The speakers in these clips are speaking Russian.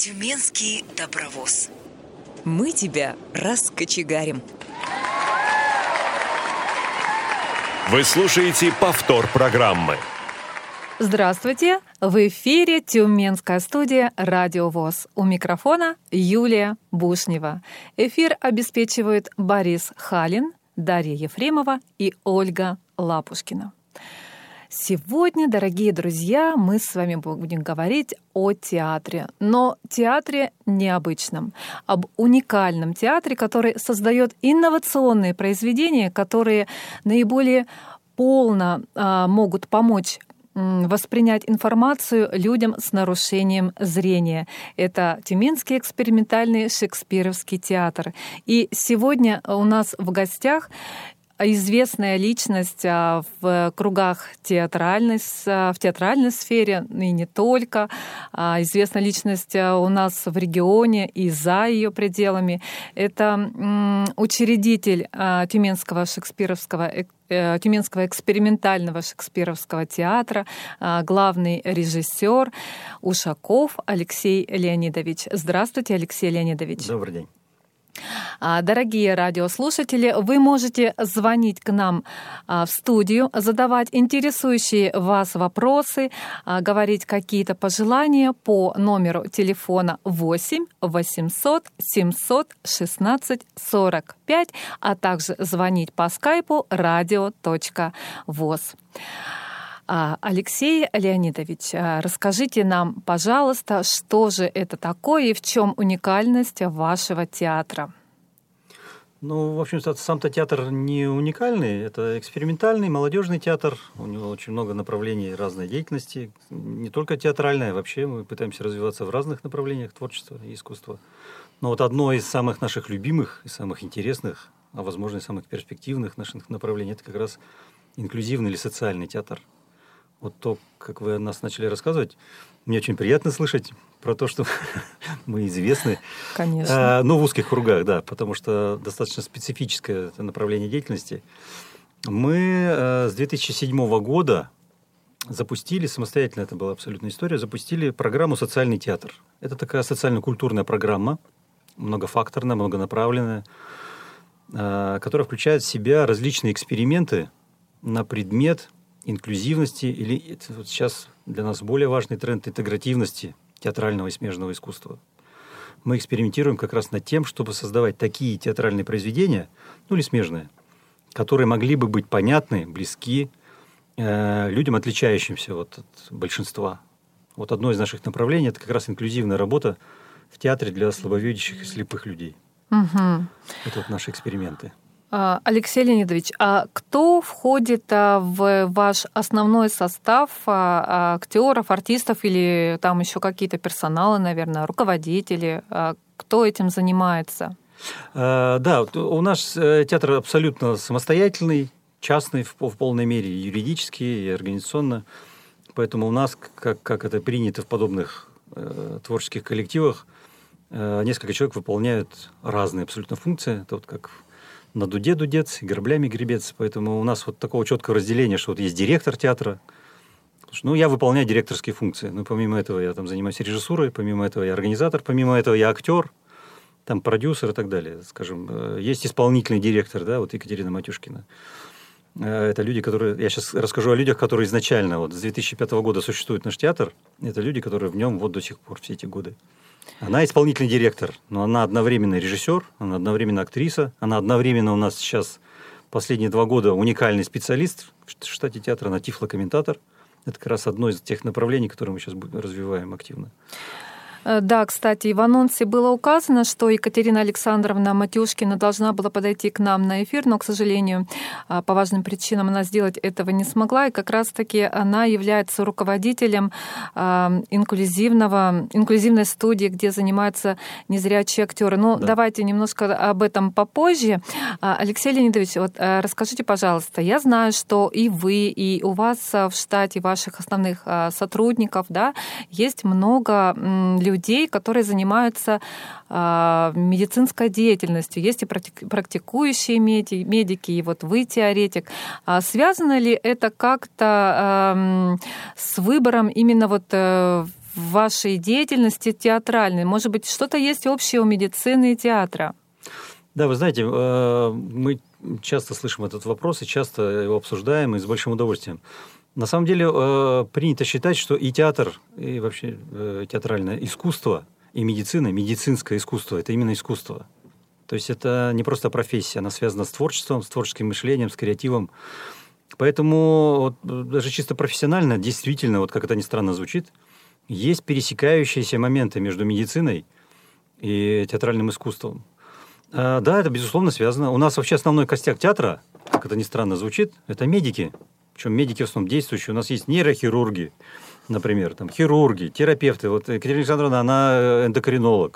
Тюменский добровоз. Мы тебя раскочегарим. Вы слушаете повтор программы. Здравствуйте! В эфире Тюменская студия «Радио ВОС». У микрофона Юлия Бушнева. Эфир обеспечивают Борис Халин, Дарья Ефремова и Ольга Лапушкина. Сегодня, дорогие друзья, мы с вами будем говорить о театре, но театре необычном, об уникальном театре, который создает инновационные произведения, которые наиболее полно могут помочь воспринять информацию людям с нарушением зрения. Это Тюменский экспериментальный шекспировский театр. И сегодня у нас в гостях известная личность в кругах в театральной сфере, и не только. Известная личность у нас в регионе и за ее пределами. Это учредитель Тюменского экспериментального шекспировского театра, главный режиссер Ушаков Алексей Леонидович. Здравствуйте, Алексей Леонидович. Добрый день. Дорогие радиослушатели, вы можете звонить к нам в студию, задавать интересующие вас вопросы, говорить какие-то пожелания по номеру телефона 8 800 700 16 45, а также звонить по скайпу radio.voz. Алексей Леонидович, расскажите нам, пожалуйста, что же это такое и в чем уникальность вашего театра? Ну, в общем-то, сам-то театр не уникальный, это экспериментальный, молодежный театр. У него очень много направлений разной деятельности, не только театральная, вообще мы пытаемся развиваться в разных направлениях творчества и искусства. Но вот одно из самых наших любимых и самых интересных, а возможно и самых перспективных наших направлений, это как раз инклюзивный или социальный театр. Вот то, как вы о нас начали рассказывать, мне очень приятно слышать про то, что мы известны. Конечно. В узких кругах, да, потому что достаточно специфическое это направление деятельности. Мы с 2007 года запустили, самостоятельно это была абсолютная история, запустили программу «Социальный театр». Это такая социально-культурная программа, многофакторная, многонаправленная, которая включает в себя различные эксперименты на предмет инклюзивности или вот сейчас для нас более важный тренд интегративности театрального и смежного искусства. Мы экспериментируем как раз над тем, чтобы создавать такие театральные произведения, или смежные, которые могли бы быть понятны, близки людям, отличающимся от большинства. Вот одно из наших направлений – это как раз инклюзивная работа в театре для слабовидящих и слепых людей. Угу. Это вот наши эксперименты. Алексей Леонидович, а кто входит в ваш основной состав актеров, артистов или там еще какие-то персоналы, наверное, руководители? Кто этим занимается? Да, у нас театр абсолютно самостоятельный, частный в полной мере, юридически и организационно. Поэтому у нас, как это принято в подобных творческих коллективах, несколько человек выполняют разные абсолютно функции. Это вот как на дуде дудец, граблями гребец. Поэтому у нас вот такого четкого разделения, что вот есть директор театра. Я выполняю директорские функции. Но помимо этого я там занимаюсь режиссурой, помимо этого я организатор, помимо этого я актер, там продюсер и так далее. Скажем, есть исполнительный директор, да, вот Екатерина Матюшкина. Это люди, которые... Я сейчас расскажу о людях, которые изначально, вот с 2005 года существует наш театр. Это люди, которые в нем вот до сих пор, все эти годы. Она исполнительный директор, но она одновременно режиссер, она одновременно актриса, она одновременно у нас сейчас последние 2 года уникальный специалист в штате театра, она тифлокомментатор. Это как раз одно из тех направлений, которые мы сейчас развиваем активно. Да, кстати, и в анонсе было указано, что Екатерина Александровна Матюшкина должна была подойти к нам на эфир, но, к сожалению, по важным причинам она сделать этого не смогла. И как раз-таки она является руководителем инклюзивной студии, где занимаются незрячие актеры. Ну, да. Давайте немножко об этом попозже. Алексей Леонидович, вот расскажите, пожалуйста, я знаю, что и вы, и у вас в штате ваших основных сотрудников, да, есть много людей, которые занимаются медицинской деятельностью. Есть и практикующие медики, и вот вы теоретик. Связано ли это как-то с выбором именно вот в вашей деятельности театральной? Может быть, что-то есть общее у медицины и театра? Да, вы знаете, мы часто слышим этот вопрос и часто его обсуждаем, и с большим удовольствием. На самом деле принято считать, что и театр, и вообще театральное искусство, и медицина, медицинское искусство – это именно искусство. То есть это не просто профессия, она связана с творчеством, с творческим мышлением, с креативом. Поэтому вот, даже чисто профессионально, действительно, вот как это ни странно звучит, есть пересекающиеся моменты между медициной и театральным искусством. Да, это, безусловно, связано. У нас вообще основной костяк театра, как это ни странно звучит, это медики. Причем медики в основном действующие. У нас есть нейрохирурги, например, там, хирурги, терапевты. Вот Екатерина Александровна, она эндокринолог.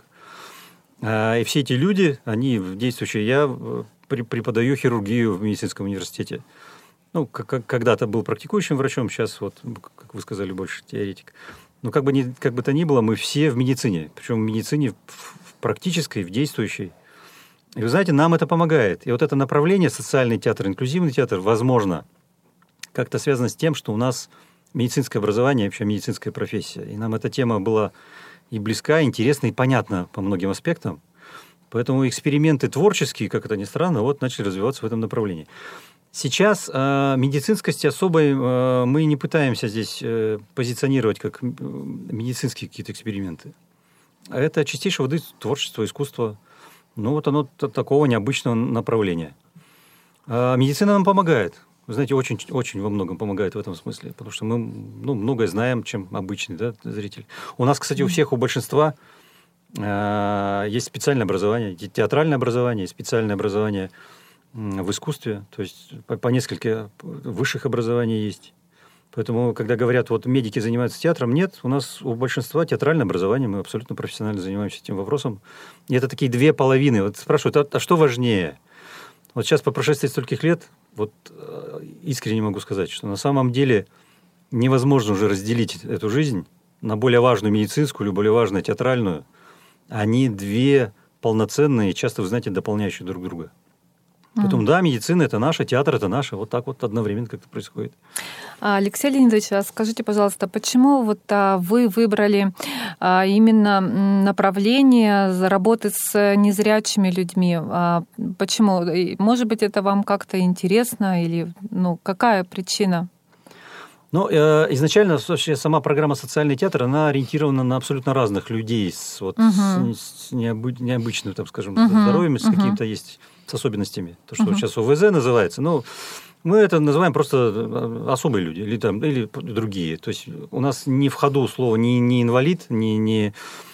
И все эти люди, они действующие. Я преподаю хирургию в медицинском университете. Ну, когда-то был практикующим врачом, сейчас, вот, как вы сказали, больше теоретик. Но как бы то ни было, мы все в медицине. Причем в медицине в практической, в действующей. И вы знаете, нам это помогает. И вот это направление, социальный театр, инклюзивный театр, возможно, как-то связано с тем, что у нас медицинское образование, вообще медицинская профессия. И нам эта тема была и близка, и интересна, и понятна по многим аспектам. Поэтому эксперименты творческие, как это ни странно, вот начали развиваться в этом направлении. Сейчас медицинскости особой мы не пытаемся здесь позиционировать как медицинские какие-то эксперименты. Это чистейшей воды творчество, искусство. Ну, вот оно такого необычного направления. Медицина нам помогает. Вы знаете, очень, очень во многом помогает в этом смысле, потому что мы многое знаем, чем обычный зритель. У нас, кстати, у всех, у большинства есть специальное образование, театральное образование, специальное образование в искусстве, то есть по несколько высших образований есть. Поэтому, когда говорят, вот медики занимаются театром, нет, у нас у большинства театральное образование, мы абсолютно профессионально занимаемся этим вопросом. И это такие две половины. Вот спрашивают, а что важнее? Вот сейчас, по прошествии стольких лет, вот искренне могу сказать, что на самом деле невозможно уже разделить эту жизнь на более важную медицинскую или более важную театральную. Они две полноценные, часто, вы знаете, дополняющие друг друга. Поэтому, да, медицина – это наша, театр – это наше. Вот так вот одновременно как-то происходит. Алексей Леонидович, скажите, пожалуйста, почему вот вы выбрали именно направление работы с незрячими людьми? Почему? Может быть, это вам как-то интересно? Или какая причина? Ну, изначально вообще сама программа «Социальный театр», она ориентирована на абсолютно разных людей с необычным, так скажем, здоровьем, с какими-то есть с особенностями. То, что сейчас ОВЗ называется. Ну, мы это называем просто особые люди или другие. То есть у нас не в ходу слово не инвалид, не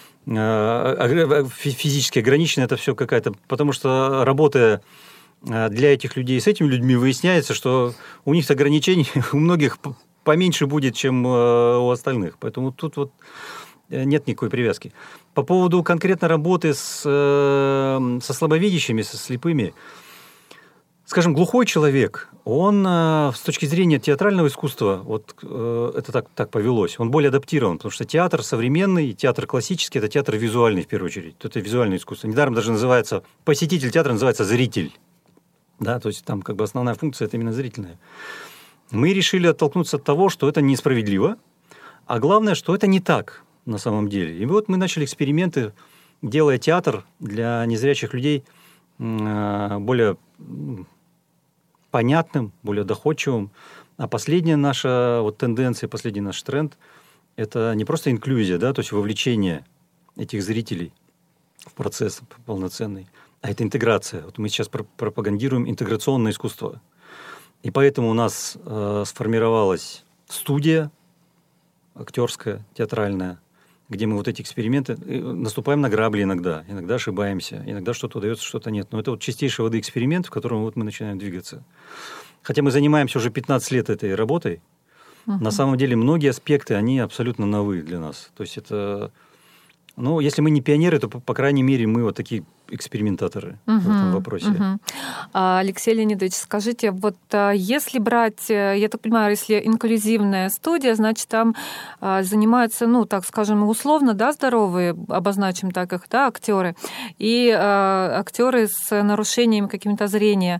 физически ограниченный, это все какая-то... Потому что, работая для этих людей с этими людьми, выясняется, что у них ограничений у многих поменьше будет, чем у остальных. Поэтому тут вот нет никакой привязки. По поводу конкретно работы со слабовидящими, со слепыми, скажем, глухой человек, он с точки зрения театрального искусства, вот это так повелось, он более адаптирован, потому что театр современный, театр классический – это театр визуальный в первую очередь, это визуальное искусство. Недаром даже называется, посетитель театра называется зритель, да, то есть там как бы основная функция – это именно зрительная. Мы решили оттолкнуться от того, что это несправедливо, а главное, что это не так на самом деле. И вот мы начали эксперименты, делая театр для незрячих людей более понятным, более доходчивым. А последняя наша тенденция, последний наш тренд – это не просто инклюзия, да, то есть вовлечение этих зрителей в процесс полноценный, а это интеграция. Вот мы сейчас пропагандируем интеграционное искусство. И поэтому у нас сформировалась студия актерская, театральная, где мы вот эти эксперименты, наступаем на грабли иногда ошибаемся, иногда что-то удается, что-то нет. Но это вот чистейшей воды эксперимент, в котором вот мы начинаем двигаться. Хотя мы занимаемся уже 15 лет этой работой, на самом деле многие аспекты, они абсолютно новые для нас. То есть это... Ну, если мы не пионеры, то, по крайней мере, мы вот такие экспериментаторы в этом вопросе. Алексей Леонидович, скажите, вот если брать, я так понимаю, если инклюзивная студия, значит, там занимаются, ну, так скажем, условно, да, здоровые, обозначим так их, да, актеры, и актеры с нарушением каким-то зрения.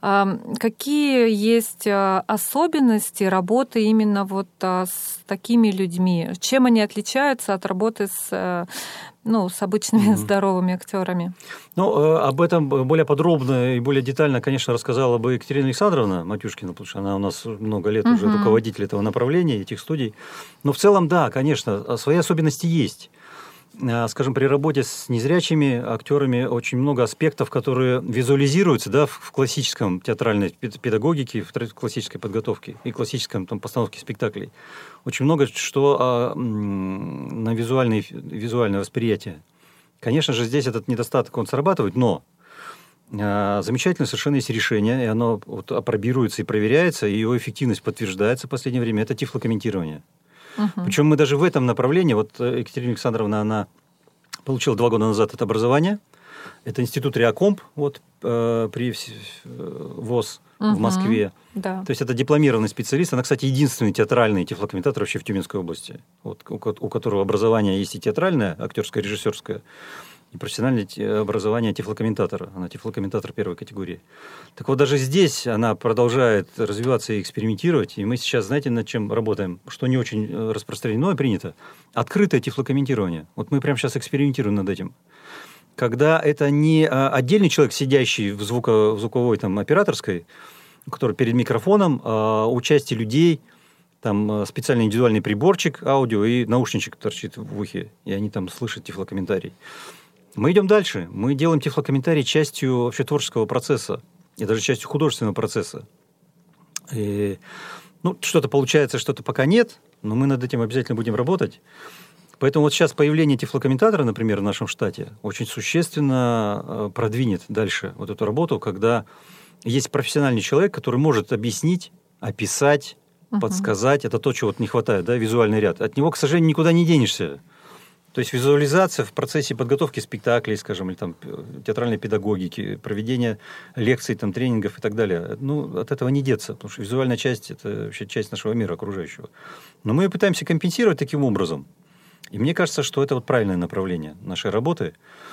Какие есть особенности работы именно вот с такими людьми? Чем они отличаются от работы с обычными здоровыми актерами? Ну, об этом более подробно и более детально, конечно, рассказала бы Екатерина Александровна Матюшкина, потому что она у нас много лет уже руководитель этого направления, этих студий. Но в целом, да, конечно, свои особенности есть. Скажем, при работе с незрячими актерами очень много аспектов, которые визуализируются, да, в классическом театральной педагогике, в классической подготовке и классическом постановке спектаклей. Очень много что на визуальное восприятие. Конечно же, здесь этот недостаток, он срабатывает, но замечательно совершенно есть решение, и оно вот апробируется и проверяется, и его эффективность подтверждается в последнее время. Это тифлокомментирование. Причем мы даже в этом направлении, вот Екатерина Александровна, она получила 2 года назад это образование. Это институт Реакомп при ВОС в Москве. Да. То есть это дипломированный специалист. Она, кстати, единственный театральный тифлокомментатор вообще в Тюменской области, вот, у которого образование есть и театральное, актерское, режиссерское, и профессиональное образование тифлокомментатора. Она тифлокомментатор 1 категории. Так вот, даже здесь она продолжает развиваться и экспериментировать. И мы сейчас, знаете, над чем работаем? Что не очень распространено и принято. Открытое тифлокомментирование. Вот мы прямо сейчас экспериментируем над этим. Когда это не отдельный человек, сидящий в звуковой операторской, который перед микрофоном, а участие людей, там специальный индивидуальный приборчик аудио и наушничек торчит в ухе, и они там слышат тифлокомментарий. Мы идем дальше. Мы делаем тифлокомментарий частью вообще творческого процесса и даже частью художественного процесса. И, что-то получается, что-то пока нет, но мы над этим обязательно будем работать. Поэтому вот сейчас появление тифлокомментатора, например, в нашем штате очень существенно продвинет дальше вот эту работу, когда есть профессиональный человек, который может объяснить, описать, подсказать. Это то, чего не хватает, да, визуальный ряд. От него, к сожалению, никуда не денешься. То есть визуализация в процессе подготовки спектаклей, скажем, или театральной педагогики, проведения лекций, тренингов и так далее, от этого не деться, потому что визуальная часть – это вообще часть нашего мира окружающего. Но мы ее пытаемся компенсировать таким образом. И мне кажется, что это правильное направление нашей работы.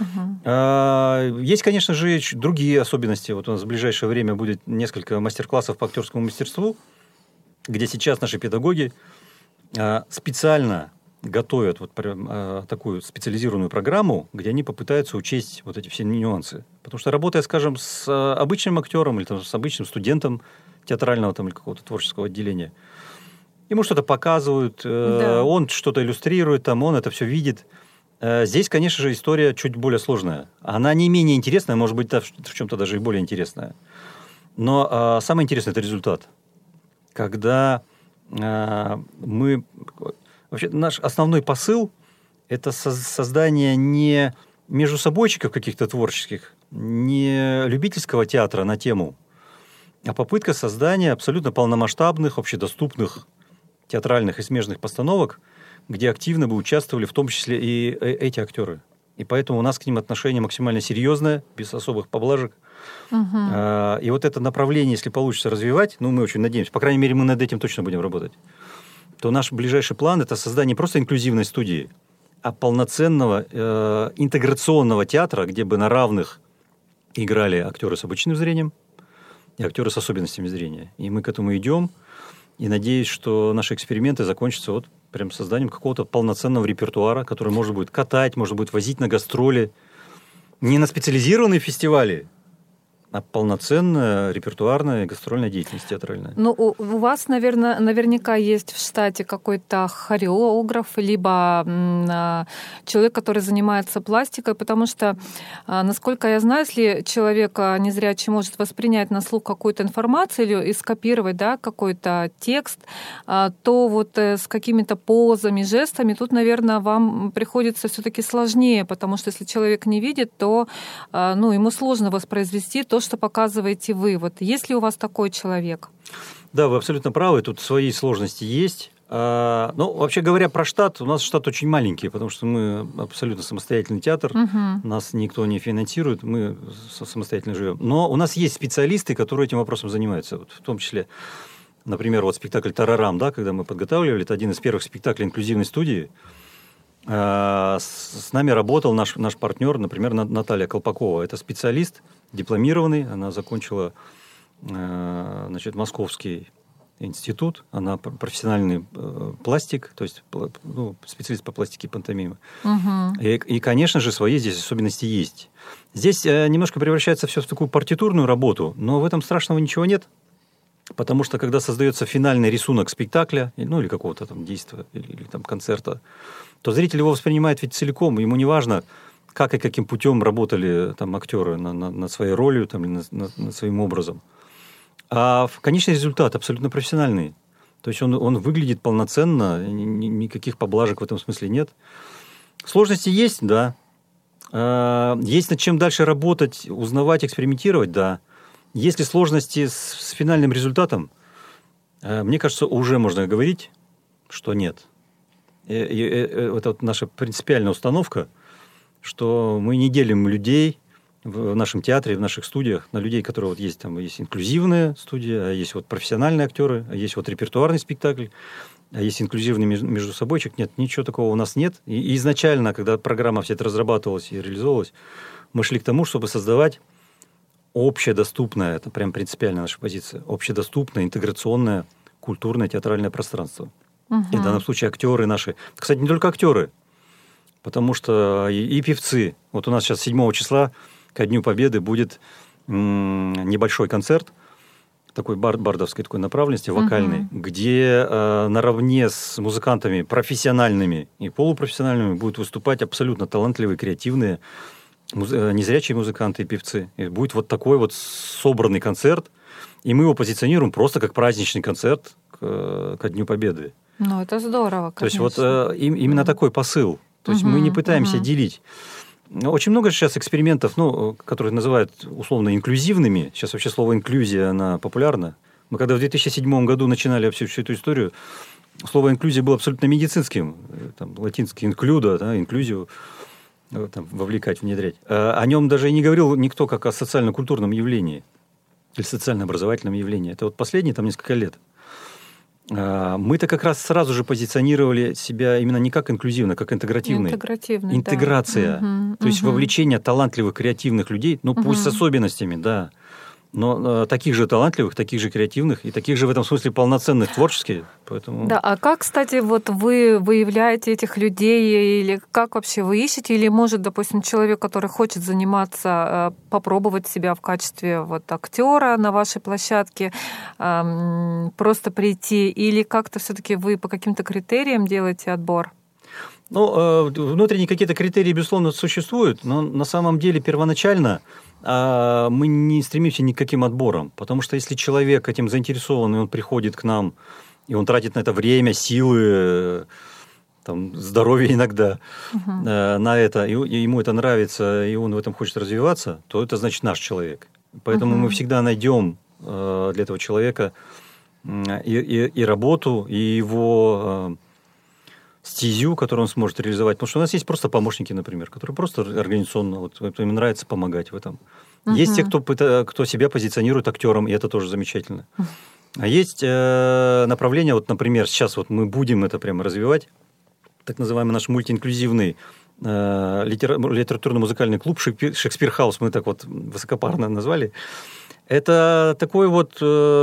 Есть, конечно же, другие особенности. Вот у нас в ближайшее время будет несколько мастер-классов по актерскому мастерству, где сейчас наши педагоги специально готовят такую специализированную программу, где они попытаются учесть эти все нюансы. Потому что работая, скажем, с обычным актером или с обычным студентом театрального или какого-то творческого отделения, ему что-то показывают, он что-то иллюстрирует, он это все видит. Здесь, конечно же, история чуть более сложная. Она не менее интересная, может быть, в чем-то даже и более интересная. Но самое интересное – это результат. Когда мы... Вообще, наш основной посыл – это создание не междусобойчиков каких-то творческих, не любительского театра на тему, а попытка создания абсолютно полномасштабных, общедоступных театральных и смежных постановок, где активно бы участвовали в том числе и эти актеры. И поэтому у нас к ним отношение максимально серьезное, без особых поблажек. И вот это направление, если получится развивать, мы очень надеемся, по крайней мере, мы над этим точно будем работать, то наш ближайший план – это создание не просто инклюзивной студии, а полноценного интеграционного театра, где бы на равных играли актеры с обычным зрением и актеры с особенностями зрения. И мы к этому идем. И надеюсь, что наши эксперименты закончатся прям созданием какого-то полноценного репертуара, который можно будет катать, можно будет возить на гастроли. Не на специализированные фестивали, а полноценная репертуарная гастрольная деятельность театральная. У вас, наверняка есть в штате какой-то хореограф, либо человек, который занимается пластикой, потому что, насколько я знаю, если человек незрячий может воспринять на слух какую-то информацию или скопировать, какой-то текст, то с какими-то позами, жестами тут, наверное, вам приходится все-таки сложнее, потому что если человек не видит, то ему сложно воспроизвести то, что показываете вы. Есть ли у вас такой человек? Да, вы абсолютно правы. Тут свои сложности есть. Ну, вообще говоря про штат, у нас штат очень маленький, потому что мы абсолютно самостоятельный театр, нас никто не финансирует, мы самостоятельно живем. Но у нас есть специалисты, которые этим вопросом занимаются, вот, в том числе, например, вот спектакль «Тарарам», да, когда мы подготавливали, это один из первых спектаклей инклюзивной студии. С нами работал наш партнер, например, Наталья Колпакова. Это специалист, дипломированный, она закончила, значит, Московский институт, она профессиональный пластик, то есть специалист по пластике и пантомимы. И, конечно же, свои здесь особенности есть. Здесь немножко превращается все в такую партитурную работу, но в этом страшного ничего нет, потому что когда создается финальный рисунок спектакля, ну или какого-то там действия, или там концерта, то зритель его воспринимает ведь целиком, ему не важно, как и каким путем работали там актеры над своей ролью, там, или над своим образом. А конечный результат абсолютно профессиональный. То есть он выглядит полноценно, никаких поблажек в этом смысле нет. Сложности есть, да. Есть над чем дальше работать, узнавать, экспериментировать, да. Есть ли сложности с финальным результатом? Мне кажется, уже можно говорить, что нет. Это вот наша принципиальная установка, что мы не делим людей в нашем театре, в наших студиях на людей, которые вот есть, там есть инклюзивная студия, а есть вот профессиональные актеры, а есть вот репертуарный спектакль, а есть инклюзивный между собойчик. Нет, ничего такого у нас нет. И изначально, когда программа вся эта разрабатывалась и реализовывалась, мы шли к тому, чтобы создавать общедоступное, это прям принципиальная наша позиция, общедоступное, интеграционное, культурное театральное пространство. И в данном случае актеры наши. Кстати, не только актеры, потому что и певцы. Вот у нас сейчас 7 числа ко Дню Победы будет небольшой концерт, такой бардовской такой направленности, вокальный, где наравне с музыкантами профессиональными и полупрофессиональными будут выступать абсолютно талантливые, креативные, незрячие музыканты и певцы. И будет вот такой вот собранный концерт, и мы его позиционируем просто как праздничный концерт ко Дню Победы. Ну, это здорово, конечно. То есть вот именно такой посыл. То есть мы не пытаемся делить. Очень много сейчас экспериментов, которые называют условно инклюзивными. Сейчас вообще слово «инклюзия», она популярна. Мы когда в 2007 году начинали всю эту историю, слово «инклюзия» было абсолютно медицинским. Там, латинский «инклюда», да, «инклюзию», там, вовлекать, внедрять. О нем даже и не говорил никто как о социально-культурном явлении или социально-образовательном явлении. Это вот последние там несколько лет. Мы-то как раз сразу же позиционировали себя именно не как инклюзивно, как интегративный. Интеграция. Да. То есть вовлечение талантливых, креативных людей, пусть с особенностями, да, но таких же талантливых, таких же креативных и таких же в этом смысле полноценных, творческих. Поэтому... Да, а как, кстати, вот вы выявляете этих людей, или как вообще вы ищете, или может, допустим, человек, который хочет заниматься, попробовать себя в качестве вот актера на вашей площадке, просто прийти, или как-то все-таки вы по каким-то критериям делаете отбор? Внутренние какие-то критерии, безусловно, существуют, но на самом деле первоначально мы не стремимся ни к каким отборам, потому что если человек этим заинтересован, и он приходит к нам, и он тратит на это время, силы, там, здоровье иногда на это, и ему это нравится, и он в этом хочет развиваться, то это значит наш человек. Поэтому мы всегда найдем для этого человека и работу, и его... стезю, которую он сможет реализовать. Потому что у нас есть просто помощники, например, которые просто организационно, им нравится помогать в этом. Есть те, кто себя позиционирует актером, и это тоже замечательно. А есть направление, вот, например, сейчас вот мы будем это прямо развивать, так называемый наш мультиинклюзивный литературно-музыкальный клуб «Шекспир-хаус», мы так вот высокопарно назвали. Это такой вот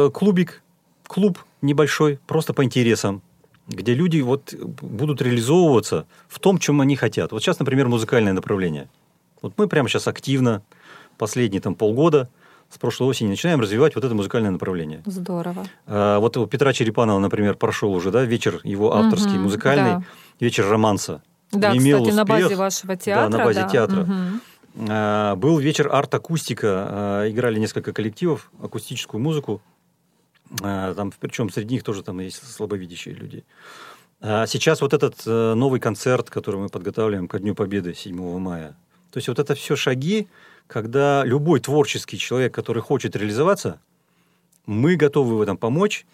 клуб небольшой, просто по интересам, где люди вот будут реализовываться в том, чем они хотят. Вот сейчас, например, музыкальное направление. Вот мы прямо сейчас активно, последние полгода, с прошлой осени, начинаем развивать вот это музыкальное направление. Здорово. Вот у Петра Черепанова, например, прошел уже, да, вечер его авторский, музыкальный, вечер романса. Да, имел кстати, успех. На базе вашего театра. Да, на базе театра. Был вечер арт-акустика, играли несколько коллективов, акустическую музыку. Там, причем среди них тоже там есть слабовидящие люди. Сейчас вот этот новый концерт, который мы подготавливаем ко Дню Победы 7 мая. То есть вот это все шаги, когда любой творческий человек, который хочет реализоваться, мы готовы в этом помочь.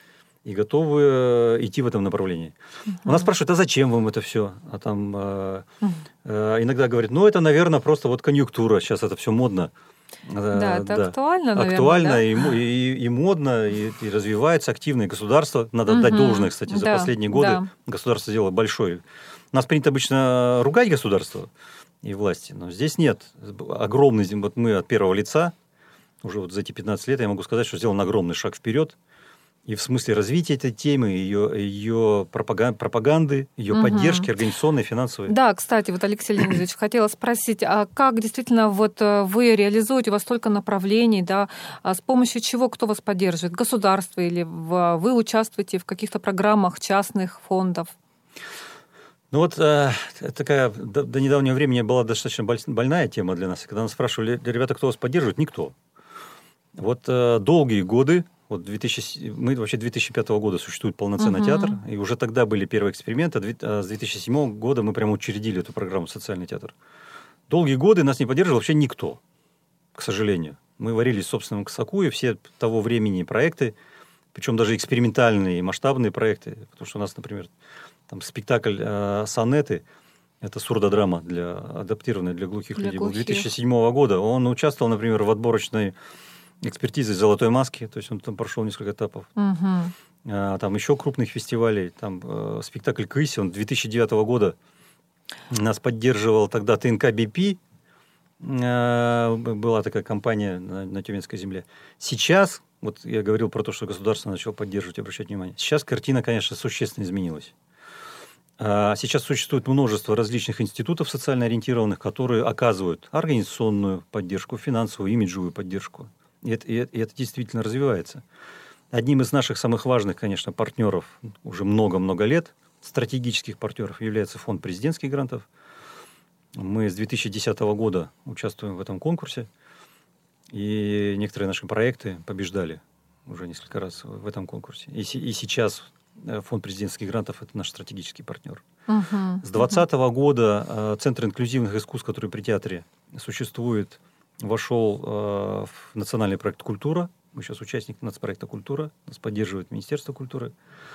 и готовы идти в этом направлении. У нас спрашивают, а зачем вам это все? А там иногда говорят, ну, это, наверное, просто вот конъюнктура, сейчас это все модно. Да, это актуально, наверное. Актуально, да? и модно, и развивается активное государство. Надо отдать должное, кстати, за последние годы государство сделало большое. У нас принято обычно ругать государство и власти, но здесь нет. Огромный, вот мы от первого лица, уже вот за эти 15 лет я могу сказать, что сделан огромный шаг вперед. И в смысле развития этой темы, ее пропаганды, ее поддержки организационной, финансовой. Да, кстати, вот, Алексей Леонидович, хотела спросить, а как действительно вот вы реализуете, у вас столько направлений, да, с помощью чего, кто вас поддерживает? Государство или вы участвуете в каких-то программах частных фондов? Ну вот такая до недавнего времени была достаточно больная тема для нас. Когда нас спрашивали, ребята, кто вас поддерживает? Никто. Вот долгие годы, вот мы вообще 2005 года существует полноценный театр, и уже тогда были первые эксперименты, а с 2007 года мы прямо учредили эту программу «Социальный театр». Долгие годы нас не поддерживал вообще никто, к сожалению. Мы варились в собственном соку, и все того времени проекты, причем даже экспериментальные и масштабные проекты, потому что у нас, например, там спектакль «Сонеты», это сурдодрама, адаптированная для глухих людей, был 2007 года. Он участвовал, например, в отборочной экспертизы «Золотой маски», то есть он там прошел несколько этапов. Там еще крупных фестивалей, там спектакль «Кыси», он 2009 года нас поддерживал тогда ТНК «БП», была такая компания на Тюменской земле. Сейчас, вот я говорил про то, что государство начало поддерживать, обращать внимание, сейчас картина, конечно, существенно изменилась. Сейчас существует множество различных институтов социально ориентированных, которые оказывают организационную поддержку, финансовую, имиджевую поддержку. И это действительно развивается. Одним из наших самых важных, конечно, партнеров уже много-много лет, стратегических партнеров, является фонд президентских грантов. Мы с 2010 года участвуем в этом конкурсе, и некоторые наши проекты побеждали уже несколько раз в этом конкурсе. И сейчас фонд президентских грантов – это наш стратегический партнер. С 2020 года Центр инклюзивных искусств, который при театре существует, вошел в национальный проект «Культура». Мы сейчас участник нацпроекта «Культура». Нас поддерживает Министерство культуры.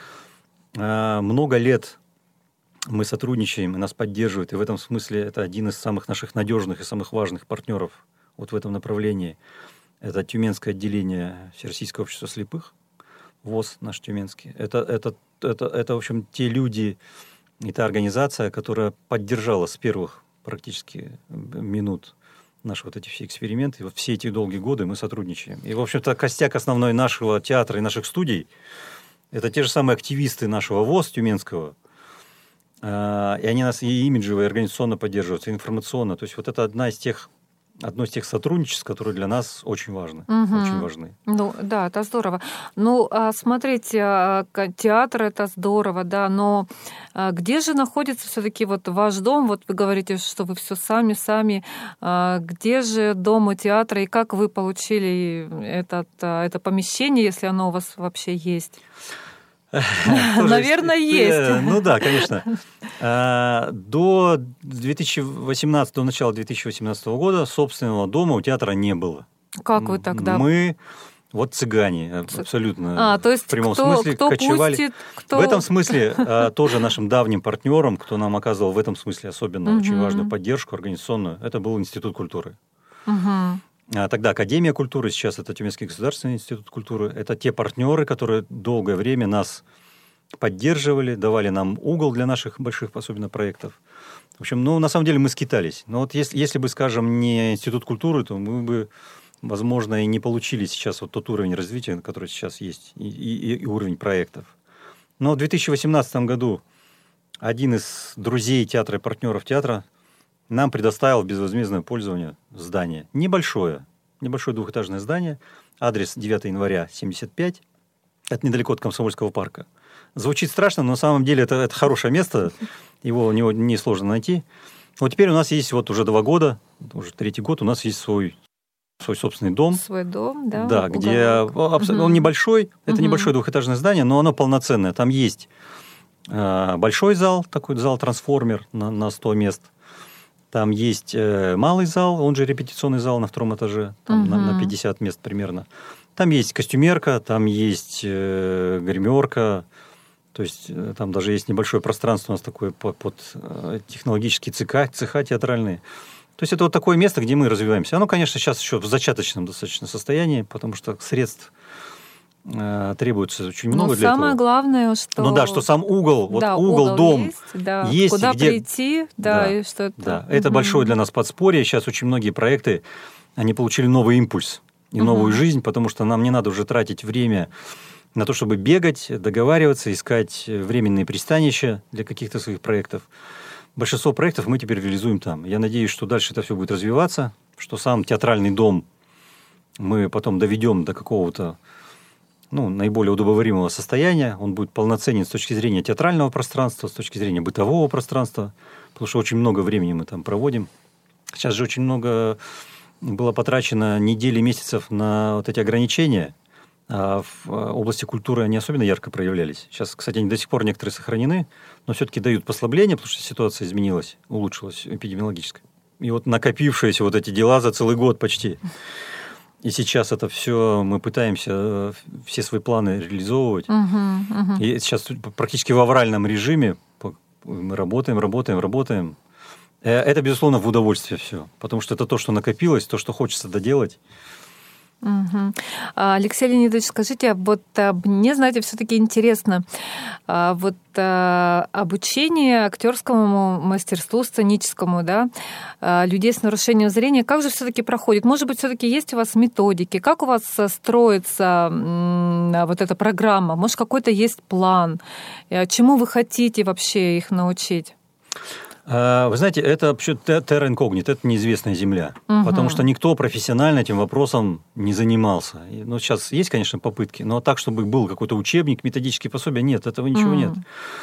Много лет мы сотрудничаем, и нас поддерживают. И в этом смысле это один из самых наших надежных и самых важных партнеров вот в этом направлении. Это Тюменское отделение Всероссийского общества слепых, ВОС наш тюменский. Это, в общем, те люди и та организация, которая поддержала с первых практически минут наши вот эти все эксперименты. И вот все эти долгие годы мы сотрудничаем. И, в общем-то, костяк основной нашего театра и наших студий – это те же самые активисты нашего ВОС тюменского. И они нас и имиджево, и организационно поддерживают, и информационно. То есть вот это одно из тех сотрудничеств, которые для нас очень важны. Очень важны. Ну, да, это здорово. Ну, смотрите, театр – это здорово, да, но где же находится все-таки вот ваш дом? Вот вы говорите, что вы все сами. Где же дом и театр, и как вы получили это помещение, если оно у вас вообще есть? Наверное, есть. Ну да, конечно. До начала 2018 года собственного дома у театра не было. Как вы тогда? Мы вот цыгане, абсолютно. То есть в прямом смысле кочевали. В этом смысле тоже нашим давним партнером, кто нам оказывал в этом смысле особенно очень важную поддержку организационную, это был Институт культуры. Тогда Академия культуры, сейчас это Тюменский государственный институт культуры. Это те партнеры, которые долгое время нас поддерживали, давали нам угол для наших больших, особенно, проектов. В общем, на самом деле мы скитались. Но вот если бы, скажем, не Институт культуры, то мы бы, возможно, и не получили сейчас вот тот уровень развития, который сейчас есть, и уровень проектов. Но в 2018 году один из друзей театра и партнеров театра нам предоставил в безвозмездное пользование здание. Небольшое двухэтажное здание. Адрес 9 января, 75. Это недалеко от Комсомольского парка. Звучит страшно, но на самом деле это хорошее место. Его несложно найти. Вот теперь у нас есть вот уже 2 года, уже 3-й год, у нас есть свой собственный дом. Свой дом, да? Да, где он небольшой. Это небольшое двухэтажное здание, но оно полноценное. Там есть большой зал, такой зал-трансформер на 100 мест. Там есть малый зал, он же репетиционный зал на 2-м этаже, там на 50 мест примерно. Там есть костюмерка, там есть гримерка, то есть там даже есть небольшое пространство у нас такое под технологические цеха театральные. То есть это вот такое место, где мы развиваемся. Оно, конечно, сейчас еще в зачаточном достаточно состоянии, потому что средств требуется очень много для этого. Но самое главное, что... Ну да, что сам угол, вот да, угол, дом есть, да. есть. Куда где... прийти, да, да, и что-то... Да, это большое для нас подспорье. Сейчас очень многие проекты, они получили новый импульс и новую жизнь, потому что нам не надо уже тратить время на то, чтобы бегать, договариваться, искать временные пристанища для каких-то своих проектов. Большинство проектов мы теперь реализуем там. Я надеюсь, что дальше это все будет развиваться, что сам театральный дом мы потом доведем до какого-то наиболее удобоваримого состояния. Он будет полноценен с точки зрения театрального пространства, с точки зрения бытового пространства, потому что очень много времени мы там проводим. Сейчас же очень много было потрачено недель и месяцев на вот эти ограничения, а в области культуры они особенно ярко проявлялись. Сейчас, кстати, они до сих пор некоторые сохранены, но все-таки дают послабление, потому что ситуация изменилась, улучшилась эпидемиологическая. И вот накопившиеся вот эти дела за целый год почти. И сейчас это все мы пытаемся все свои планы реализовывать. И сейчас практически в авральном режиме мы работаем. Это, безусловно, в удовольствие все, потому что это то, что накопилось, то, что хочется доделать. Алексей Леонидович, скажите, вот мне, знаете, все-таки интересно, вот обучение актерскому мастерству, сценическому, да, людей с нарушением зрения, как же все-таки проходит? Может быть, все-таки есть у вас методики? Как у вас строится вот эта программа? Может, какой-то есть план? Чему вы хотите вообще их научить? Вы знаете, это вообще terra incognita, это неизвестная земля, потому что никто профессионально этим вопросом не занимался. Ну, сейчас есть, конечно, попытки, но так, чтобы был какой-то учебник, методические пособия, нет, этого ничего нет.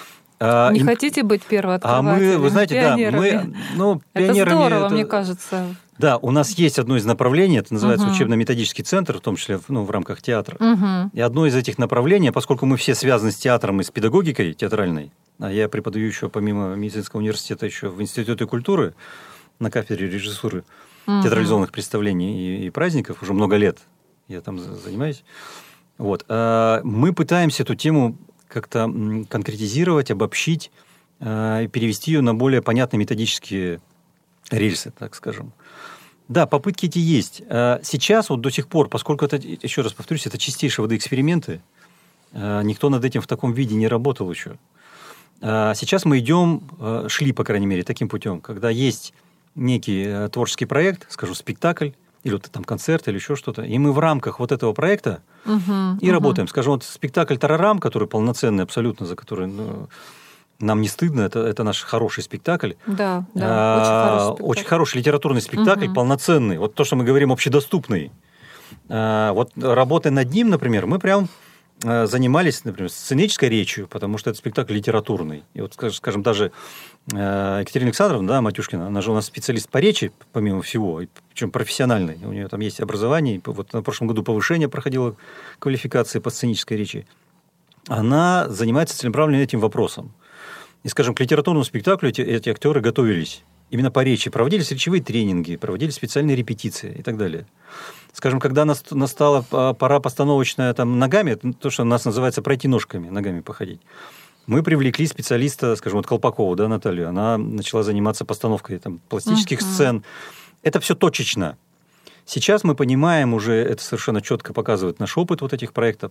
Не хотите быть первооткрывателем? Вы знаете, пионерами? Да, пионерами... Это здорово, мне кажется. Да, у нас есть одно из направлений, это называется учебно-методический центр, в том числе в рамках театра. И одно из этих направлений, поскольку мы все связаны с театром и с педагогикой театральной, а я преподаю еще помимо медицинского университета еще в Институте культуры на кафедре режиссуры театрализованных представлений и праздников уже много лет. Я там занимаюсь. Вот. Мы пытаемся эту тему как-то конкретизировать, обобщить и перевести ее на более понятные методические рельсы, так скажем. Да, попытки эти есть. Сейчас вот до сих пор, поскольку это, еще раз повторюсь, это чистейшие воды эксперименты, никто над этим в таком виде не работал еще. Сейчас мы шли, по крайней мере, таким путем, когда есть некий творческий проект, скажу, спектакль, или вот там концерт, или еще что-то, и мы в рамках вот этого проекта и работаем. Скажем, вот спектакль «Тарарам», который полноценный абсолютно, за который нам не стыдно, это наш хороший спектакль. Да, очень хороший спектакль. Очень хороший литературный спектакль, полноценный. Вот то, что мы говорим, общедоступный. Вот работая над ним, например, мы прям занимались, например, сценической речью, потому что это спектакль литературный. И вот, скажем, даже Екатерина Александровна, да, Матюшкина, она же у нас специалист по речи, помимо всего, причем профессиональный. У нее там есть образование. Вот на прошлом году повышение проходило квалификации по сценической речи. Она занимается целенаправленно этим вопросом. И, скажем, к литературному спектаклю эти актеры готовились именно по речи. Проводились речевые тренинги, проводились специальные репетиции и так далее. Скажем, когда настала пора постановочная там, ногами, то, что у нас называется пройти ножками, ногами походить, мы привлекли специалиста, скажем, вот Колпакова, да, Наталью. Она начала заниматься постановкой там, пластических сцен. Это все точечно. Сейчас мы понимаем уже, это совершенно четко показывает наш опыт вот этих проектов,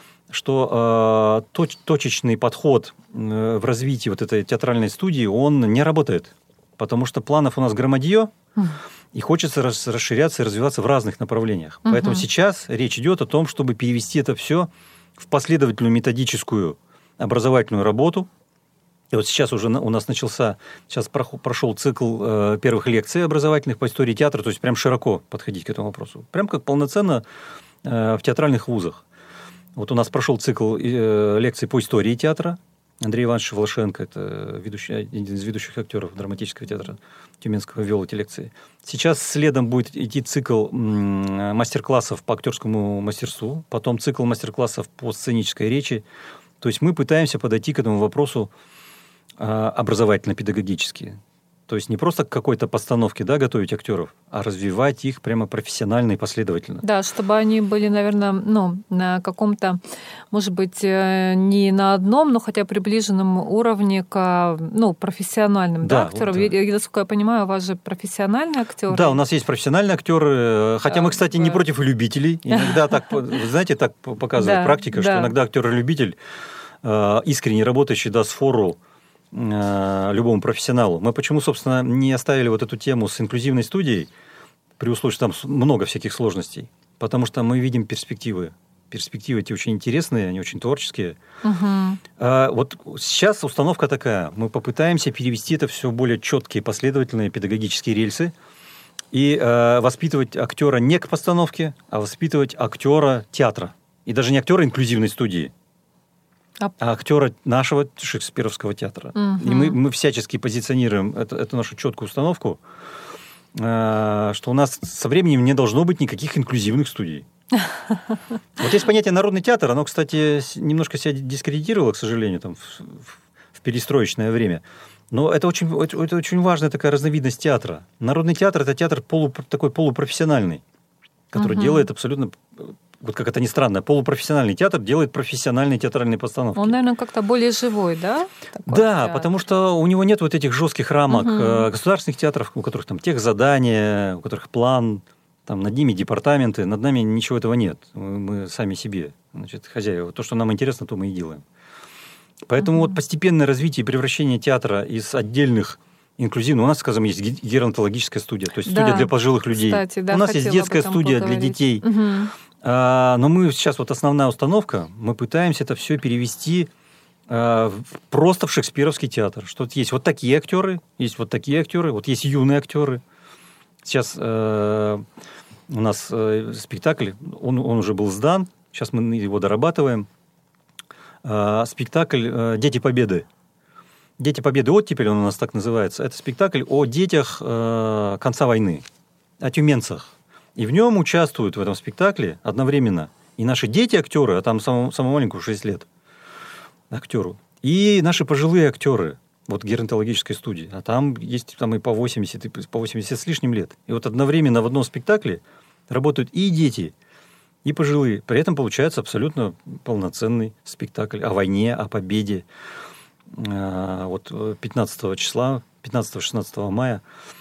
что точечный подход в развитии вот этой театральной студии, он не работает. Потому что планов у нас громадье, и хочется расширяться и развиваться в разных направлениях. Поэтому сейчас речь идет о том, чтобы перевести это все в последовательную методическую образовательную работу. И вот сейчас уже у нас сейчас прошел цикл первых лекций образовательных по истории театра, то есть прям широко подходить к этому вопросу. Прям как полноценно в театральных вузах. Вот у нас прошел цикл лекций по истории театра. Андрей Иванович Волошенко, это один из ведущих актеров драматического театра Тюменского, вел эти лекции. Сейчас следом будет идти цикл мастер-классов по актерскому мастерству, потом цикл мастер-классов по сценической речи. То есть мы пытаемся подойти к этому вопросу образовательно-педагогически. То есть не просто к какой-то постановке, да, готовить актеров, а развивать их прямо профессионально и последовательно. Да, чтобы они были, наверное, на каком-то, может быть, не на одном, но хотя приближенном уровне к профессиональным актерам. Да. Насколько я понимаю, у вас же профессиональные актеры. Да, у нас есть профессиональные актеры, хотя мы, кстати, не против любителей. Иногда так, вы знаете, так показывает практика, что иногда актер-любитель, искренне работающий, даст фору любому профессионалу. Мы почему, собственно, не оставили вот эту тему с инклюзивной студией, при условии, что там много всяких сложностей? Потому что мы видим перспективы. Перспективы эти очень интересные, они очень творческие. Вот сейчас установка такая. Мы попытаемся перевести это все в более четкие, последовательные педагогические рельсы и воспитывать актера не к постановке, а воспитывать актера театра. И даже не актера инклюзивной студии, а актера нашего шекспировского театра. И мы всячески позиционируем эту нашу четкую установку, что у нас со временем не должно быть никаких инклюзивных студий. Вот есть понятие народный театр, оно, кстати, немножко себя дискредитировало, к сожалению, там, в перестроечное время. Но это очень важная такая разновидность театра. Народный театр – это театр такой полупрофессиональный, который делает абсолютно... Вот как это ни странно, полупрофессиональный театр делает профессиональные театральные постановки. Он, наверное, как-то более живой, да? Да, потому что у него нет вот этих жестких рамок государственных театров, у которых там техзадания, у которых план, там над ними департаменты, над нами ничего этого нет. Мы сами себе, значит, хозяева. То, что нам интересно, то мы и делаем. Поэтому вот постепенное развитие и превращение театра из отдельных инклюзивных... У нас, скажем, есть геронтологическая студия, то есть студия для пожилых людей. Кстати, да, у нас есть детская студия для детей. Но мы сейчас, вот основная установка, мы пытаемся это все перевести просто в шекспировский театр. Что есть вот такие актеры, есть вот такие актеры, вот есть юные актеры. Сейчас у нас спектакль, он уже был сдан, сейчас мы его дорабатываем. Спектакль «Дети Победы». «Дети Победы. Оттепель» он у нас так называется. Это спектакль о детях конца войны, о тюменцах. И в нем участвуют в этом спектакле одновременно и наши дети-актеры, а там самому маленькому 6 лет актеру, и наши пожилые актеры, вот геронтологической студии. А там есть и по 80, и по 80 с лишним лет. И вот одновременно в одном спектакле работают и дети, и пожилые. При этом получается абсолютно полноценный спектакль о войне, о победе. Вот 15-16 мая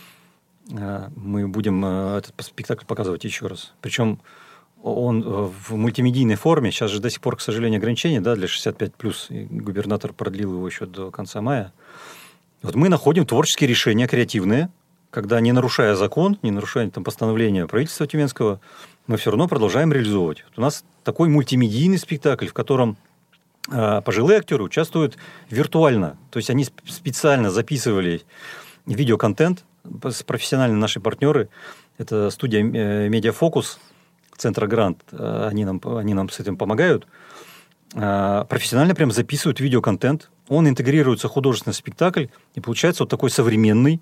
мы будем этот спектакль показывать еще раз. Причем он в мультимедийной форме. Сейчас же до сих пор, к сожалению, ограничения, да, для 65+. И губернатор продлил его еще до конца мая. Вот мы находим творческие решения, креативные, когда, не нарушая закон, не нарушая там постановления правительства Тюменского, мы все равно продолжаем реализовывать. Вот у нас такой мультимедийный спектакль, в котором пожилые актеры участвуют виртуально. То есть они специально записывали видеоконтент, профессиональные наши партнеры, это студия «Медиафокус», Центра Грант, они нам с этим помогают, профессионально прям записывают видеоконтент, он интегрируется в художественный спектакль, и получается вот такой современный,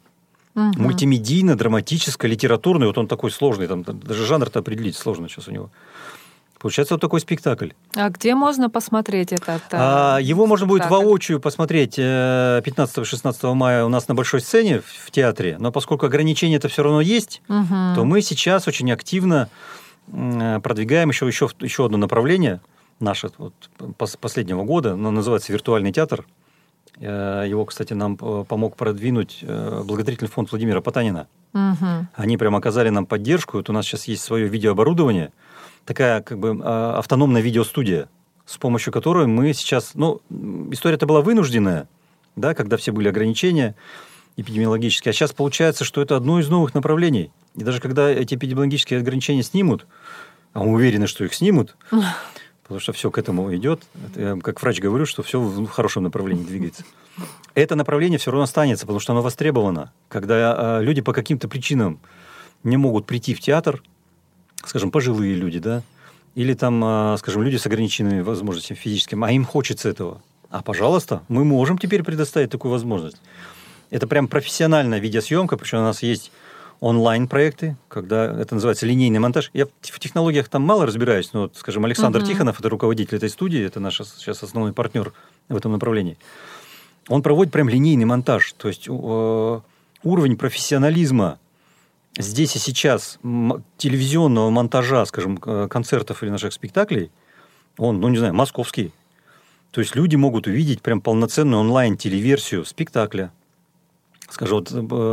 мультимедийно-драматическо-литературный, вот он такой сложный, там даже жанр-то определить сложно сейчас у него. Получается вот такой спектакль. А где можно посмотреть этот его можно будет спектакль? Воочию посмотреть 15-16 мая у нас на Большой сцене в театре, но поскольку ограничения-то все равно есть, то мы сейчас очень активно продвигаем еще одно направление наше вот, последнего года, оно называется «Виртуальный театр». Его, кстати, нам помог продвинуть благотворительный фонд Владимира Потанина. Они прям оказали нам поддержку. Вот у нас сейчас есть свое видеооборудование, такая как бы автономная видеостудия, с помощью которой мы сейчас... история-то была вынужденная, да, когда все были ограничения эпидемиологические. А сейчас получается, что это одно из новых направлений. И даже когда эти эпидемиологические ограничения снимут, а мы уверены, что их снимут, потому что все к этому идет, я как врач говорю, что все в хорошем направлении двигается. Это направление все равно останется, потому что оно востребовано. Когда люди по каким-то причинам не могут прийти в театр, скажем, пожилые люди, да, или там, скажем, люди с ограниченными возможностями физическими, а им хочется этого. А, пожалуйста, мы можем теперь предоставить такую возможность. Это прям профессиональная видеосъемка, причем у нас есть онлайн-проекты, когда это называется линейный монтаж. Я в технологиях там мало разбираюсь, но, вот, скажем, Александр Тихонов, это руководитель этой студии, это наш сейчас основной партнер в этом направлении. Он проводит прям линейный монтаж. То есть уровень профессионализма здесь и сейчас телевизионного монтажа, скажем, концертов или наших спектаклей, он, не знаю, московский. То есть люди могут увидеть прям полноценную онлайн-телеверсию спектакля. Скажем,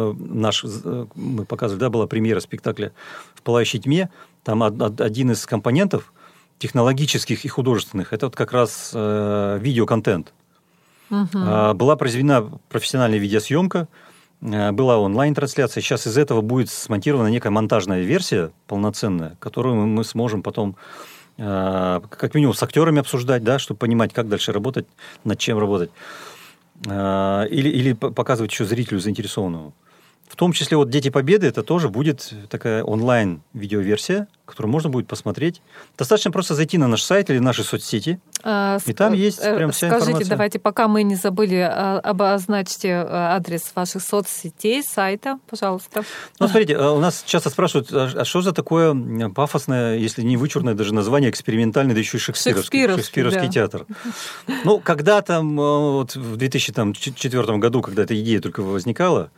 мы показывали, была премьера спектакля «В пылающей тьме». Там один из компонентов технологических и художественных – это как раз видеоконтент. Была произведена профессиональная видеосъемка, была онлайн-трансляция. Сейчас из этого будет смонтирована некая монтажная версия полноценная, которую мы сможем потом как минимум с актерами обсуждать, да, чтобы понимать, как дальше работать, над чем работать. Или показывать еще зрителю заинтересованному. В том числе вот «Дети Победы» это тоже будет такая онлайн-видеоверсия, которую можно будет посмотреть. Достаточно просто зайти на наш сайт или наши соцсети, и там есть прям вся информация. Скажите, давайте, пока мы не забыли, обозначьте адрес ваших соцсетей, сайта, пожалуйста. Смотрите, у нас часто спрашивают, а что за такое пафосное, если не вычурное даже название, экспериментальный, да еще и шекспировский театр. Когда-то, вот в 2004 году, когда эта идея только возникала,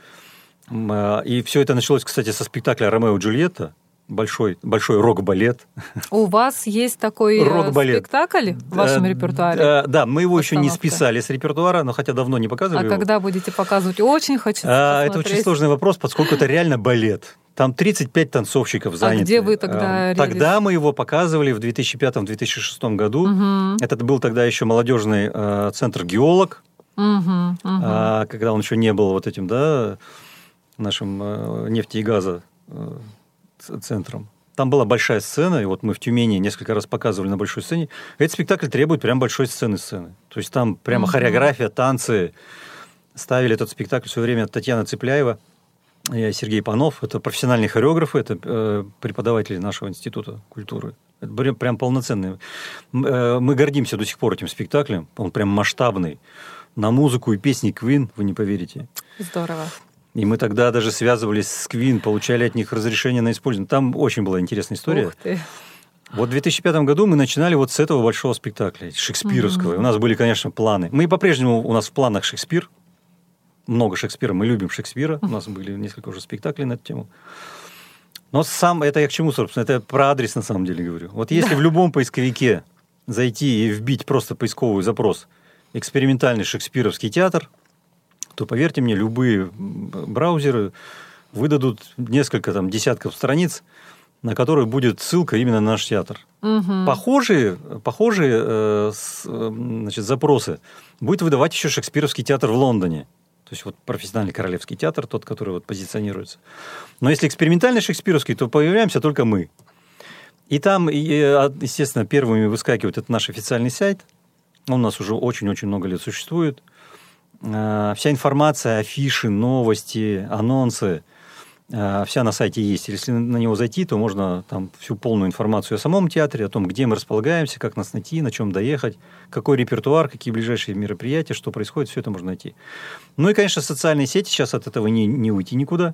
и все это началось, кстати, со спектакля «Ромео и Джульетта», большой рок-балет. У вас есть такой спектакль в вашем репертуаре? Да, мы его еще не списали с репертуара, но хотя давно не показывали его. А когда будете показывать? Очень хочу посмотреть. Это очень сложный вопрос, поскольку это реально балет. Там 35 танцовщиков заняты. А где вы тогда Тогда мы его показывали в 2005-2006 году. Это был тогда еще молодежный центр «Геолог», когда он еще не был вот этим, да, нашим нефти и газа центром. Там была большая сцена, и вот мы в Тюмени несколько раз показывали на большой сцене. Этот спектакль требует прям большой сцены. То есть там прямо хореография, танцы. Ставили этот спектакль в свое время Татьяна Цепляева и Сергей Панов. Это профессиональные хореографы, это преподаватели нашего института культуры. Это прям полноценные. Мы гордимся до сих пор этим спектаклем. Он прям масштабный. На музыку и песни Queen, вы не поверите. Здорово. И мы тогда даже связывались с Queen, получали от них разрешение на использование. Там очень была интересная история. Ух ты. Вот в 2005 году мы начинали вот с этого большого спектакля, шекспировского. И у нас были, конечно, планы. Мы по-прежнему, у нас в планах Шекспир. Много Шекспира, мы любим Шекспира. У нас были несколько уже спектаклей на эту тему. Но это я к чему, собственно? Это про адрес, на самом деле, говорю. Вот если в любом поисковике зайти и вбить просто поисковый запрос «экспериментальный шекспировский театр», то, поверьте мне, любые браузеры выдадут несколько десятков страниц, на которых будет ссылка именно на наш театр. Похожие запросы будет выдавать еще Шекспировский театр в Лондоне. То есть вот профессиональный королевский театр, тот, который вот позиционируется. Но если экспериментальный шекспировский, то появляемся только мы. И там, естественно, первыми выскакивает это наш официальный сайт. Он у нас уже очень-очень много лет существует. Вся информация, афиши, новости, анонсы, вся на сайте есть. Если на него зайти, то можно там всю полную информацию о самом театре, о том, где мы располагаемся, как нас найти, на чем доехать, какой репертуар, какие ближайшие мероприятия, что происходит, все это можно найти. Ну и, конечно, социальные сети, сейчас от этого не уйти никуда.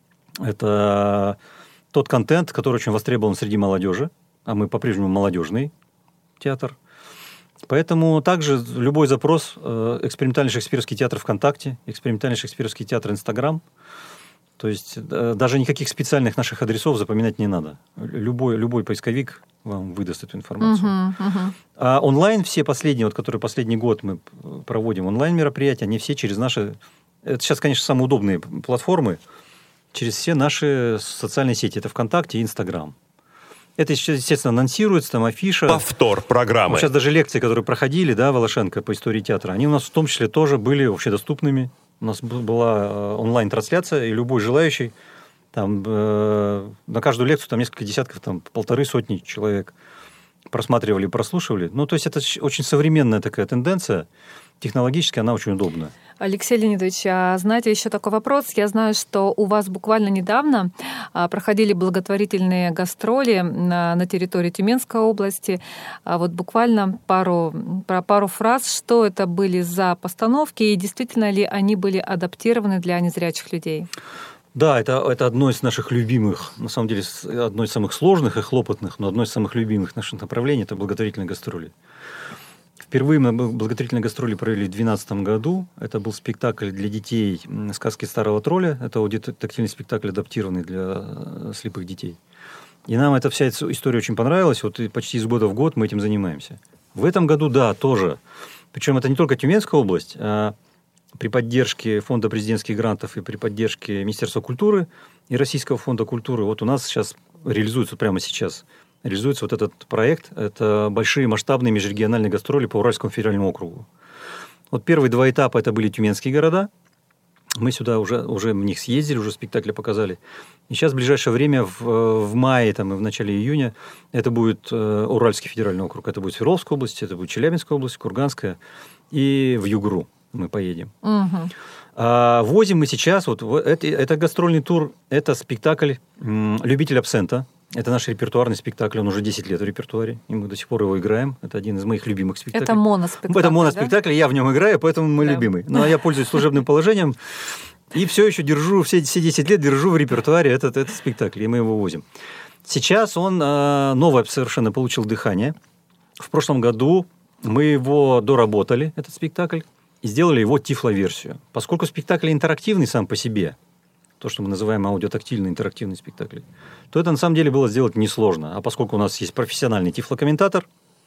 Это тот контент, который очень востребован среди молодежи, а мы по-прежнему молодежный театр. Поэтому также любой запрос «Экспериментальный шекспировский театр ВКонтакте», «Экспериментальный шекспировский театр Инстаграм». То есть даже никаких специальных наших адресов запоминать не надо. Любой поисковик вам выдаст эту информацию. А онлайн все последние, которые последний год мы проводим онлайн-мероприятия, они все через наши... Это сейчас, конечно, самые удобные платформы. Через все наши социальные сети. Это ВКонтакте и Инстаграм. Это, естественно, анонсируется, там афиша. Повтор программы. Сейчас даже лекции, которые проходили, да, Волошенко по истории театра, они у нас в том числе тоже были общедоступными. У нас была онлайн-трансляция, и любой желающий, там, на каждую лекцию там несколько десятков, там, 150 человек просматривали, прослушивали. Ну, то есть это очень современная такая тенденция. Технологически она очень удобна. Алексей Леонидович, а знаете, еще такой вопрос. Я знаю, что у вас буквально недавно проходили благотворительные гастроли на территории Тюменской области. Вот буквально пару фраз, что это были за постановки и действительно ли они были адаптированы для незрячих людей? Да, это одно из наших любимых, на самом деле, одно из самых сложных и хлопотных, но одно из самых любимых наших направлений – это благотворительные гастроли. Впервые мы благотворительные гастроли провели в 2012 году. Это был спектакль для детей «Сказки старого тролля». Это аудиотактильный спектакль, адаптированный для слепых детей. И нам эта вся история очень понравилась. Вот почти из года в год мы этим занимаемся. В этом году, да, тоже. Причем это не только Тюменская область, а при поддержке Фонда президентских грантов и при поддержке Министерства культуры и Российского фонда культуры. Вот у нас сейчас реализуется, прямо сейчас, реализуется вот этот проект. Это большие масштабные межрегиональные гастроли по Уральскому федеральному округу. Вот первые 2 этапа это были тюменские города. Мы сюда уже в них съездили, уже спектакли показали. И сейчас в ближайшее время, в мае там, и в начале июня, это будет Уральский федеральный округ. Это будет Свердловская область, это будет Челябинская область, Курганская и в Югру мы поедем. Угу. Возим мы сейчас, это гастрольный тур, это спектакль «Любитель абсента». Это наш репертуарный спектакль, он уже 10 лет в репертуаре, и мы до сих пор его играем. Это один из моих любимых спектаклей. Это моноспектакль, Это моноспектакль, да? Я в нем играю, поэтому мой любимый. Ну, а я пользуюсь служебным положением, и все еще держу, все 10 лет держу в репертуаре этот спектакль, и мы его возим. Сейчас он новое совершенно получил дыхание. В прошлом году мы его доработали, этот спектакль, и сделали его тифловерсию. Поскольку спектакль интерактивный сам по себе, то, что мы называем аудиотактильный интерактивный спектакль, то это на самом деле было сделать несложно. А поскольку у нас есть профессиональный тифлокомментатор,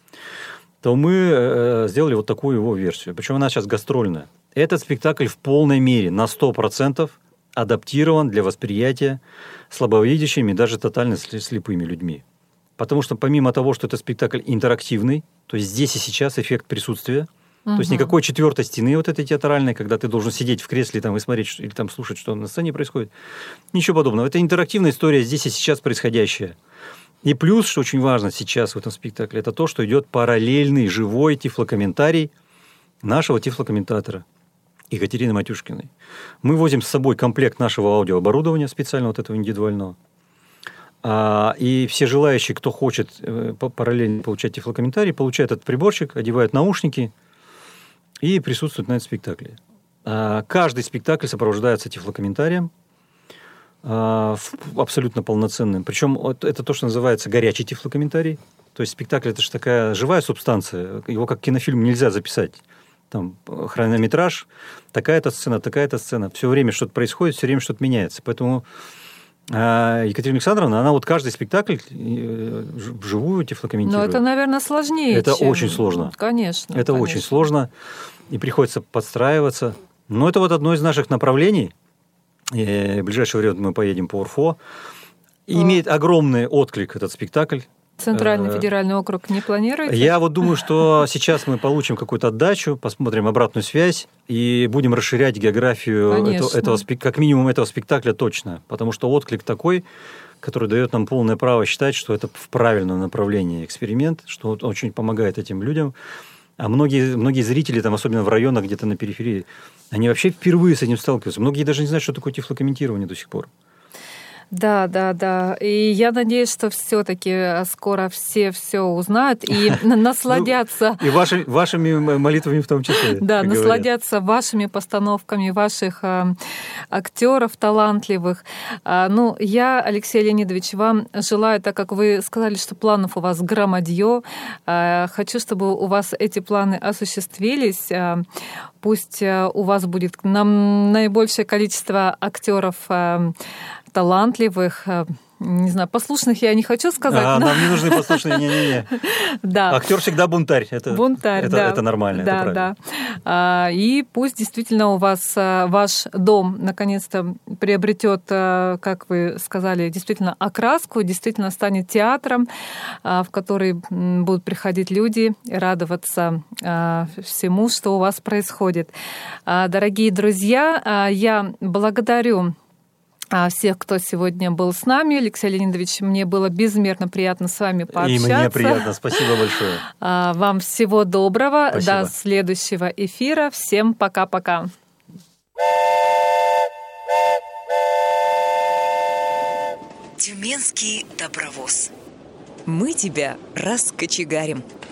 то мы сделали вот такую его версию. Причем она сейчас гастрольная. Этот спектакль в полной мере, на 100% адаптирован для восприятия слабовидящими, даже тотально слепыми людьми. Потому что помимо того, что это спектакль интерактивный, то есть здесь и сейчас эффект присутствия, то есть никакой 4-й стены вот этой театральной, когда ты должен сидеть в кресле там, и смотреть или там, слушать, что на сцене происходит. Ничего подобного. Это интерактивная история здесь и сейчас происходящая. И плюс, что очень важно сейчас в этом спектакле, это то, что идет параллельный живой тифлокомментарий нашего тифлокомментатора Екатерины Матюшкиной. Мы возим с собой комплект нашего аудиооборудования, специально вот этого индивидуального. И все желающие, кто хочет параллельно получать тифлокомментарий, получают этот приборчик, одевают наушники и присутствуют на этом спектакле. Каждый спектакль сопровождается тифлокомментарием, абсолютно полноценным. Причем это то, что называется горячий тифлокомментарий. То есть спектакль – это же такая живая субстанция. Его как кинофильм нельзя записать. Там хронометраж, такая-то сцена. Все время что-то происходит, все время что-то меняется. Поэтому Екатерина Александровна, она вот каждый спектакль вживую тифлокомментирует. Но это, наверное, сложнее. Это очень сложно. Конечно. Это очень сложно, и приходится подстраиваться. Но это вот одно из наших направлений. И в ближайшее время мы поедем по УРФО. Имеет огромный отклик этот спектакль. Центральный федеральный округ не планируете? Я вот думаю, что сейчас мы получим какую-то отдачу, посмотрим обратную связь и будем расширять географию этого, как минимум этого спектакля точно. Потому что отклик такой, который дает нам полное право считать, что это в правильном направлении эксперимент, что очень помогает этим людям. А многие зрители, там, особенно в районах, где-то на периферии, они вообще впервые с этим сталкиваются. Многие даже не знают, что такое тифлокомментирование до сих пор. Да. И я надеюсь, что все-таки скоро все узнают и насладятся. И вашими молитвами в том числе. Да, насладятся вашими постановками, ваших актеров талантливых. Ну, я, Алексей Леонидович, вам желаю, так как вы сказали, что планов у вас громадье, хочу, чтобы у вас эти планы осуществились. Пусть у вас будет наибольшее количество актеров талантливых, не знаю, послушных я не хочу сказать. Нам не нужны послушные, не-не-не. Да. Актер всегда бунтарь. Бунтарь, да. Это нормально, это правильно. Да. И пусть действительно у вас ваш дом наконец-то приобретет, как вы сказали, действительно окраску, действительно станет театром, в который будут приходить люди и радоваться всему, что у вас происходит. Дорогие друзья, я благодарю всех, кто сегодня был с нами. Алексей Леонидович, мне было безмерно приятно с вами пообщаться. И мне приятно. Спасибо большое. Вам всего доброго. Спасибо. До следующего эфира. Всем пока-пока. Тюменский добровоз. Мы тебя раскочегарим.